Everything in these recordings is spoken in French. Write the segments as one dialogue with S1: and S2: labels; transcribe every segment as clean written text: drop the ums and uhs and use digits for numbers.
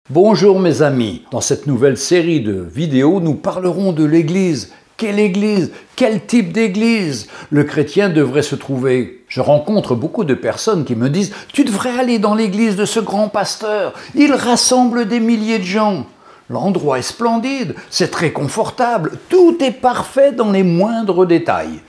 S1: Bonjour mes amis, dans cette nouvelle série de vidéos, nous parlerons de l'Église. Quelle Église? Quel type d'Église le chrétien devrait se trouver? Je rencontre beaucoup de personnes qui me disent « Tu devrais aller dans l'Église de ce grand pasteur, il rassemble des milliers de gens. » L'endroit est splendide, c'est très confortable, tout est parfait dans les moindres détails.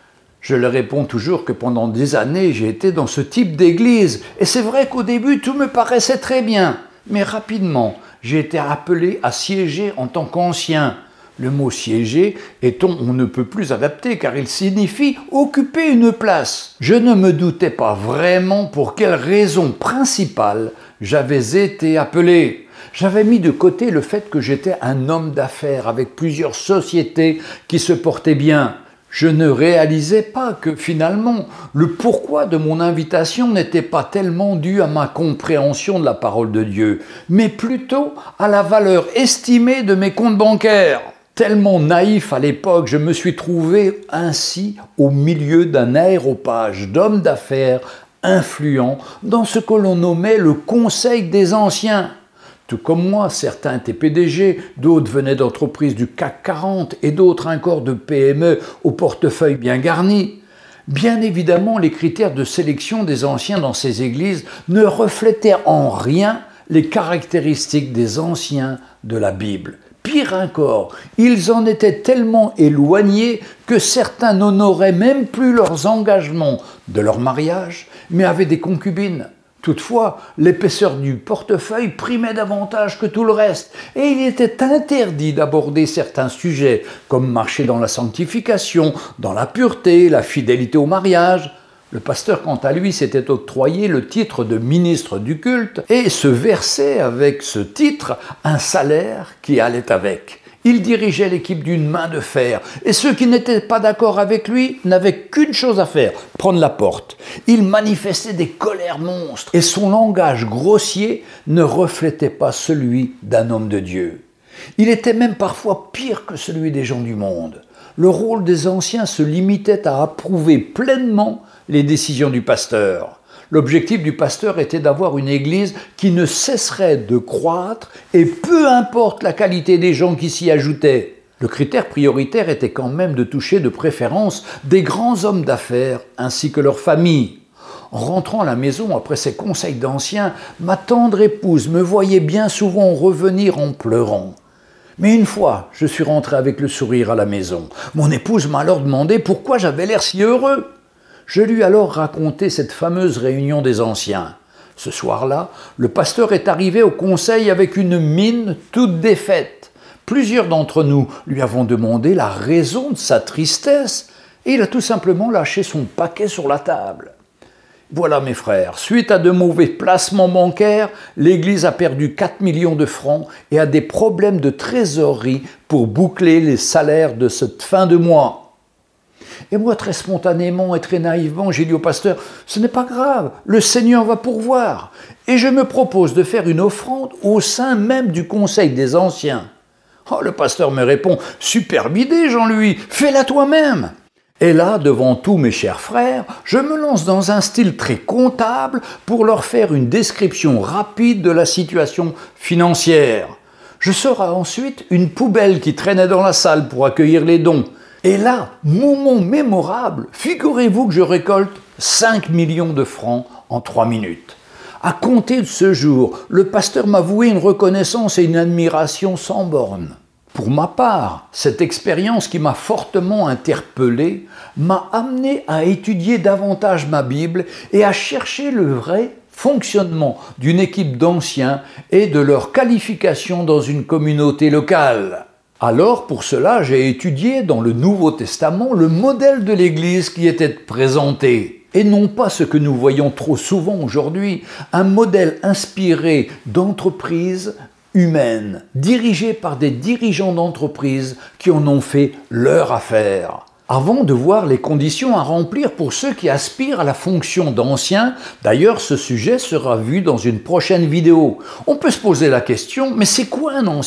S1: Je leur réponds toujours que pendant des années, j'ai été dans ce type d'église. Et c'est vrai qu'au début, tout me paraissait très bien. Mais rapidement, j'ai été appelé à siéger en tant qu'ancien. Le mot « siéger » est on ne peut plus adapté car il signifie « occuper une place ». Je ne me doutais pas vraiment pour quelle raison principale j'avais été appelé. J'avais mis de côté le fait que j'étais un homme d'affaires avec plusieurs sociétés qui se portaient bien. Je ne réalisais pas que finalement, le pourquoi de mon invitation n'était pas tellement dû à ma compréhension de la parole de Dieu, mais plutôt à la valeur estimée de mes comptes bancaires. Tellement naïf à l'époque, je me suis trouvé ainsi au milieu d'un aéropage d'hommes d'affaires influents dans ce que l'on nommait le Conseil des Anciens. Tout comme moi, certains étaient PDG, d'autres venaient d'entreprises du CAC 40 et d'autres encore de PME au portefeuille bien garni. Bien évidemment, les critères de sélection des anciens dans ces églises ne reflétaient en rien les caractéristiques des anciens de la Bible. Pire encore, ils en étaient tellement éloignés que certains n'honoraient même plus leurs engagements de leur mariage, mais avaient des concubines. Toutefois, l'épaisseur du portefeuille primait davantage que tout le reste, et il était interdit d'aborder certains sujets, comme marcher dans la sanctification, dans la pureté, la fidélité au mariage. Le pasteur, quant à lui, s'était octroyé le titre de ministre du culte et se versait avec ce titre un salaire qui allait avec. Il dirigeait l'équipe d'une main de fer, et ceux qui n'étaient pas d'accord avec lui n'avaient qu'une chose à faire, prendre la porte. Il manifestait des colères monstres, et son langage grossier ne reflétait pas celui d'un homme de Dieu. Il était même parfois pire que celui des gens du monde. Le rôle des anciens se limitait à approuver pleinement les décisions du pasteur. L'objectif du pasteur était d'avoir une église qui ne cesserait de croître et peu importe la qualité des gens qui s'y ajoutaient. Le critère prioritaire était quand même de toucher de préférence des grands hommes d'affaires ainsi que leurs familles. En rentrant à la maison après ces conseils d'anciens, ma tendre épouse me voyait bien souvent revenir en pleurant. Mais une fois, je suis rentré avec le sourire à la maison. Mon épouse m'a alors demandé pourquoi j'avais l'air si heureux. Je lui ai alors raconté cette fameuse réunion des anciens. Ce soir-là, le pasteur est arrivé au conseil avec une mine toute défaite. Plusieurs d'entre nous lui avons demandé la raison de sa tristesse et il a tout simplement lâché son paquet sur la table. Voilà mes frères, suite à de mauvais placements bancaires, l'Église a perdu 4 millions de francs et a des problèmes de trésorerie pour boucler les salaires de cette fin de mois. Et moi, très spontanément et très naïvement, j'ai dit au pasteur, ce n'est pas grave, le Seigneur va pourvoir. Et je me propose de faire une offrande au sein même du Conseil des Anciens. Oh, le pasteur me répond, superbe idée Jean-Louis, fais-la toi-même. Et là, devant tous mes chers frères, je me lance dans un style très comptable pour leur faire une description rapide de la situation financière. Je sors ensuite une poubelle qui traînait dans la salle pour accueillir les dons. Et là, moment mémorable, figurez-vous que je récolte 5 millions de francs en 3 minutes. À compter de ce jour, le pasteur m'a voué une reconnaissance et une admiration sans bornes. Pour ma part, cette expérience qui m'a fortement interpellé m'a amené à étudier davantage ma Bible et à chercher le vrai fonctionnement d'une équipe d'anciens et de leur qualification dans une communauté locale. Alors, pour cela, j'ai étudié dans le Nouveau Testament le modèle de l'Église qui était présenté. Et non pas ce que nous voyons trop souvent aujourd'hui, un modèle inspiré d'entreprises humaines, dirigées par des dirigeants d'entreprises qui en ont fait leur affaire. Avant de voir les conditions à remplir pour ceux qui aspirent à la fonction d'ancien, d'ailleurs ce sujet sera vu dans une prochaine vidéo. On peut se poser la question, mais c'est quoi un ancien ?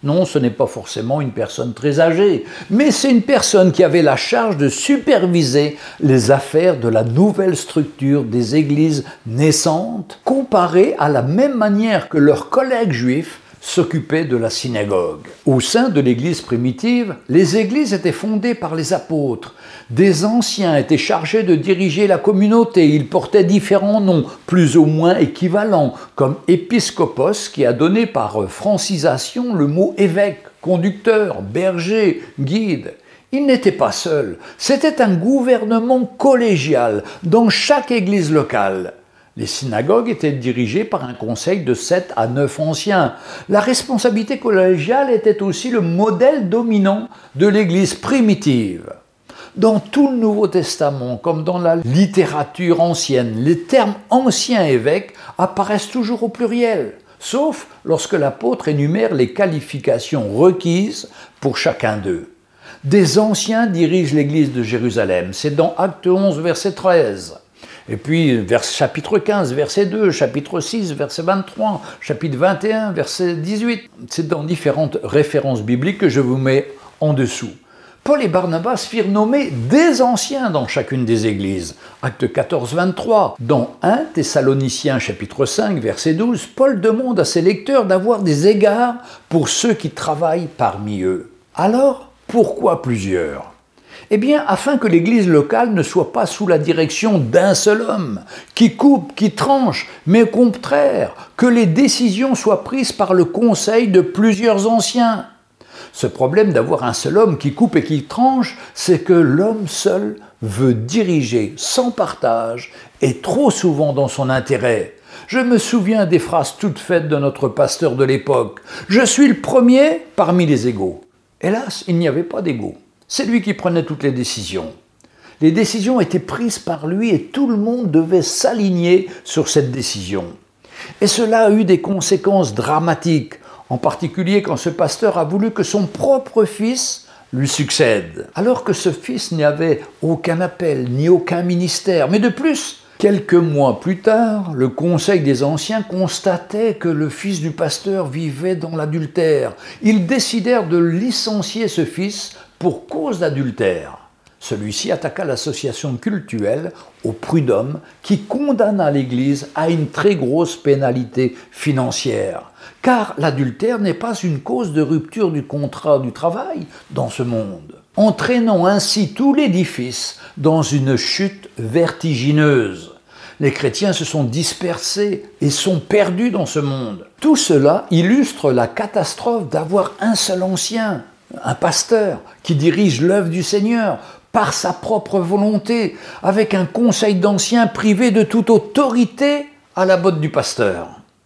S1: Non, ce n'est pas forcément une personne très âgée, mais c'est une personne qui avait la charge de superviser les affaires de la nouvelle structure des églises naissantes, comparée à la même manière que leurs collègues juifs s'occupaient de la synagogue. Au sein de l'église primitive, les églises étaient fondées par les apôtres. Des anciens étaient chargés de diriger la communauté. Ils portaient différents noms, plus ou moins équivalents, comme épiscopos, qui a donné par francisation le mot évêque, conducteur, berger, guide. Ils n'étaient pas seuls. C'était un gouvernement collégial dans chaque église locale. Les synagogues étaient dirigées par un conseil de 7 à 9 anciens. La responsabilité collégiale était aussi le modèle dominant de l'Église primitive. Dans tout le Nouveau Testament, comme dans la littérature ancienne, les termes anciens évêques apparaissent toujours au pluriel, sauf lorsque l'apôtre énumère les qualifications requises pour chacun d'eux. Des anciens dirigent l'Église de Jérusalem, c'est dans Acte 11, verset 13. Et puis, chapitre 15, verset 2, chapitre 6, verset 23, chapitre 21, verset 18. C'est dans différentes références bibliques que je vous mets en dessous. Paul et Barnabas firent nommer des anciens dans chacune des églises. Acte 14, 23. Dans 1 Thessaloniciens, chapitre 5, verset 12, Paul demande à ses lecteurs d'avoir des égards pour ceux qui travaillent parmi eux. Alors, pourquoi plusieurs ? Eh bien, afin que l'Église locale ne soit pas sous la direction d'un seul homme, qui coupe, qui tranche, mais au contraire, que les décisions soient prises par le conseil de plusieurs anciens. Ce problème d'avoir un seul homme qui coupe et qui tranche, c'est que l'homme seul veut diriger sans partage et trop souvent dans son intérêt. Je me souviens des phrases toutes faites de notre pasteur de l'époque. « Je suis le premier parmi les égaux ». Hélas, il n'y avait pas d'égaux. C'est lui qui prenait toutes les décisions. Les décisions étaient prises par lui et tout le monde devait s'aligner sur cette décision. Et cela a eu des conséquences dramatiques, en particulier quand ce pasteur a voulu que son propre fils lui succède, alors que ce fils n'avait aucun appel ni aucun ministère. Mais de plus, quelques mois plus tard, le conseil des anciens constatait que le fils du pasteur vivait dans l'adultère. Ils décidèrent de licencier ce fils pour cause d'adultère. Celui-ci attaqua l'association cultuelle au prud'homme qui condamna l'Église à une très grosse pénalité financière. Car l'adultère n'est pas une cause de rupture du contrat du travail dans ce monde, entraînant ainsi tout l'édifice dans une chute vertigineuse. Les chrétiens se sont dispersés et sont perdus dans ce monde. Tout cela illustre la catastrophe d'avoir un seul ancien, un pasteur qui dirige l'œuvre du Seigneur par sa propre volonté, avec un conseil d'anciens privé de toute autorité à la botte du pasteur.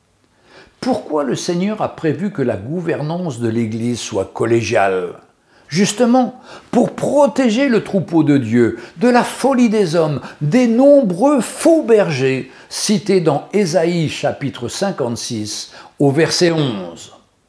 S1: Pourquoi le Seigneur a prévu que la gouvernance de l'Église soit collégiale ? Justement, pour protéger le troupeau de Dieu de la folie des hommes, des nombreux faux bergers cités dans Ésaïe chapitre 56 au verset 11.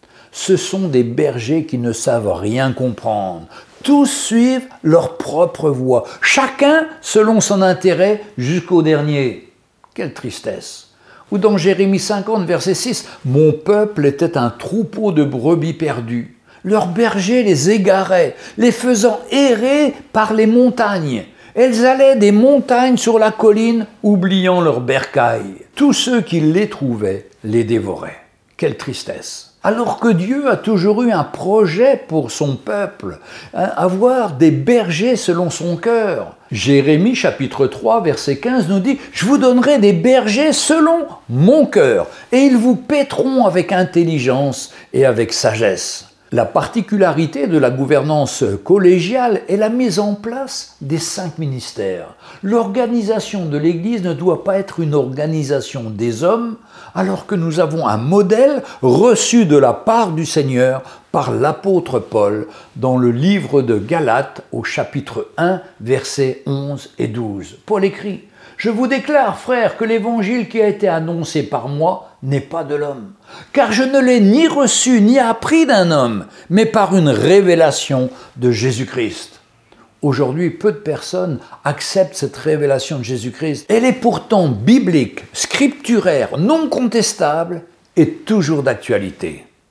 S1: Ce sont des bergers qui ne savent rien comprendre. Tous suivent leur propre voie, chacun selon son intérêt jusqu'au dernier. Quelle tristesse! Ou dans Jérémie 50, verset 6, « Mon peuple était un troupeau de brebis perdues. Leurs bergers les égaraient, les faisant errer par les montagnes. Elles allaient des montagnes sur la colline, oubliant leurs bercailles. Tous ceux qui les trouvaient les dévoraient. » Quelle tristesse! Alors que Dieu a toujours eu un projet pour son peuple, avoir des bergers selon son cœur. Jérémie chapitre 3 verset 15 nous dit « Je vous donnerai des bergers selon mon cœur, et ils vous paîtront avec intelligence et avec sagesse. » La particularité de la gouvernance collégiale est la mise en place des 5 ministères. L'organisation de l'Église ne doit pas être une organisation des hommes, alors que nous avons un modèle reçu de la part du Seigneur par l'apôtre Paul dans le livre de Galates au chapitre 1, versets 11 et 12. Paul écrit « Je vous déclare, frères, que l'évangile qui a été annoncé par moi n'est pas de l'homme, car je ne l'ai ni reçu ni appris d'un homme, mais par une révélation de Jésus-Christ. » Aujourd'hui, peu de personnes acceptent cette révélation de Jésus-Christ. Elle est pourtant biblique, scripturaire, non contestable et toujours d'actualité.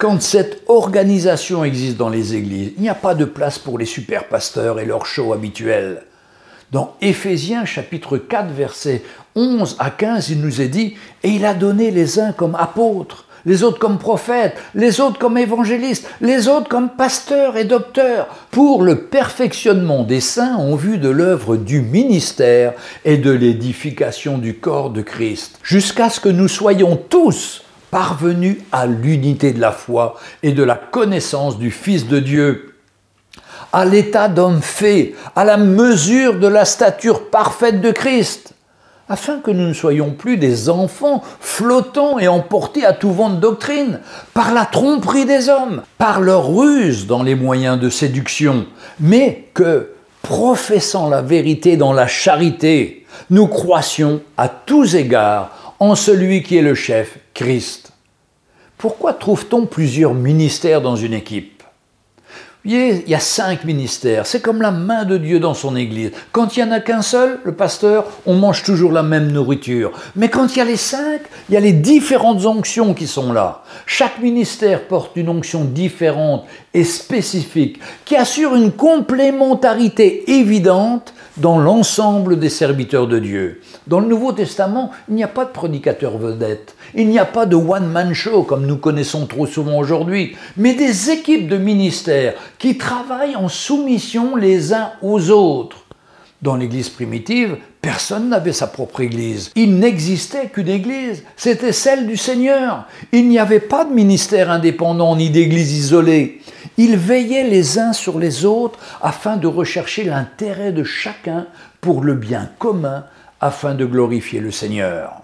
S1: Quand cette organisation existe dans les églises, il n'y a pas de place pour les super pasteurs et leurs shows habituels. Dans Éphésiens chapitre 4, versets 11 à 15, il nous est dit « Et il a donné les uns comme apôtres, les autres comme prophètes, les autres comme évangélistes, les autres comme pasteurs et docteurs, pour le perfectionnement des saints en vue de l'œuvre du ministère et de l'édification du corps de Christ, jusqu'à ce que nous soyons tous parvenus à l'unité de la foi et de la connaissance du Fils de Dieu, à l'état d'homme fait, à la mesure de la stature parfaite de Christ, afin que nous ne soyons plus des enfants flottants et emportés à tout vent de doctrine, par la tromperie des hommes, par leur ruse dans les moyens de séduction, mais que, professant la vérité dans la charité, nous croissions à tous égards en celui qui est le chef, Christ. Pourquoi trouve-t-on plusieurs ministères dans une équipe ? Vous voyez, il y a 5 ministères, c'est comme la main de Dieu dans son église. Quand il n'y en a qu'un seul, le pasteur, on mange toujours la même nourriture. Mais quand il y a les 5, il y a les différentes onctions qui sont là. Chaque ministère porte une onction différente et spécifique qui assure une complémentarité évidente dans l'ensemble des serviteurs de Dieu. Dans le Nouveau Testament, il n'y a pas de prédicateur vedette. Il n'y a pas de one-man show comme nous connaissons trop souvent aujourd'hui, mais des équipes de ministères qui travaillent en soumission les uns aux autres. Dans l'Église primitive, personne n'avait sa propre Église. Il n'existait qu'une Église, c'était celle du Seigneur. Il n'y avait pas de ministère indépendant ni d'Église isolée. Ils veillaient les uns sur les autres afin de rechercher l'intérêt de chacun pour le bien commun, afin de glorifier le Seigneur.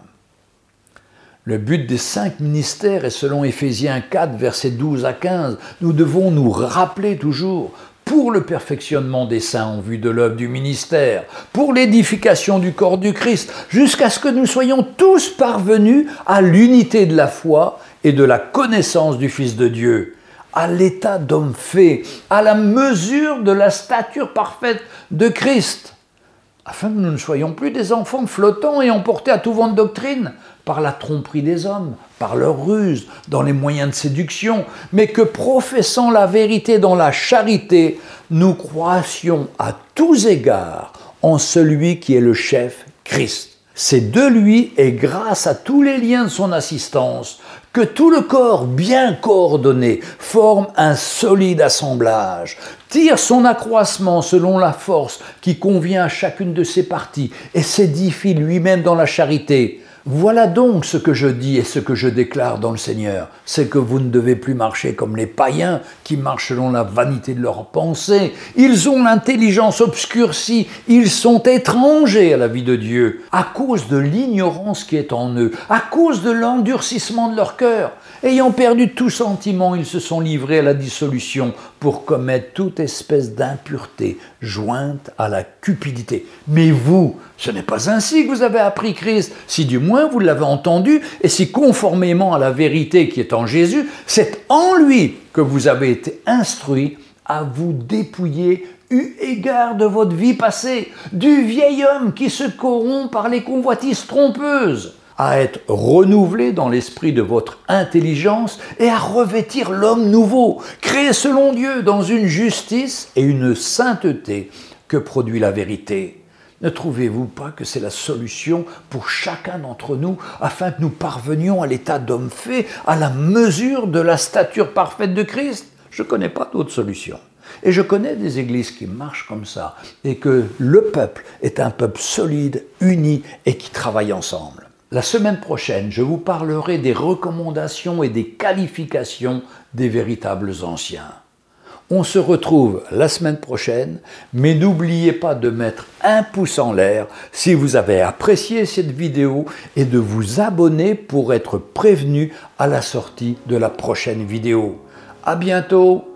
S1: Le but des 5 ministères est selon Éphésiens 4, versets 12 à 15. Nous devons nous rappeler toujours, pour le perfectionnement des saints en vue de l'œuvre du ministère, pour l'édification du corps du Christ, jusqu'à ce que nous soyons tous parvenus à l'unité de la foi et de la connaissance du Fils de Dieu, à l'état d'homme fait, à la mesure de la stature parfaite de Christ, afin que nous ne soyons plus des enfants flottants et emportés à tout vent de doctrine, par la tromperie des hommes, par leur ruse, dans les moyens de séduction, mais que professant la vérité dans la charité, nous croissions à tous égards en celui qui est le chef, Christ. C'est de lui et grâce à tous les liens de son assistance que tout le corps bien coordonné forme un solide assemblage, tire son accroissement selon la force qui convient à chacune de ses parties et s'édifie lui-même dans la charité. Voilà donc ce que je dis et ce que je déclare dans le Seigneur, c'est que vous ne devez plus marcher comme les païens qui marchent selon la vanité de leurs pensées. Ils ont l'intelligence obscurcie, ils sont étrangers à la vie de Dieu, à cause de l'ignorance qui est en eux, à cause de l'endurcissement de leur cœur. Ayant perdu tout sentiment, ils se sont livrés à la dissolution pour commettre toute espèce d'impureté jointe à la cupidité. Mais vous, ce n'est pas ainsi que vous avez appris Christ, si du moins vous l'avez entendu, et si conformément à la vérité qui est en Jésus, c'est en lui que vous avez été instruits à vous dépouiller eu égard de votre vie passée, du vieil homme qui se corrompt par les convoitises trompeuses, à être renouvelé dans l'esprit de votre intelligence et à revêtir l'homme nouveau, créé selon Dieu dans une justice et une sainteté que produit la vérité. Ne trouvez-vous pas que c'est la solution pour chacun d'entre nous afin que nous parvenions à l'état d'homme fait, à la mesure de la stature parfaite de Christ ? Je ne connais pas d'autre solution. Et je connais des églises qui marchent comme ça et que le peuple est un peuple solide, uni et qui travaille ensemble. La semaine prochaine, je vous parlerai des recommandations et des qualifications des véritables anciens. On se retrouve la semaine prochaine, mais n'oubliez pas de mettre un pouce en l'air si vous avez apprécié cette vidéo et de vous abonner pour être prévenu à la sortie de la prochaine vidéo. À bientôt!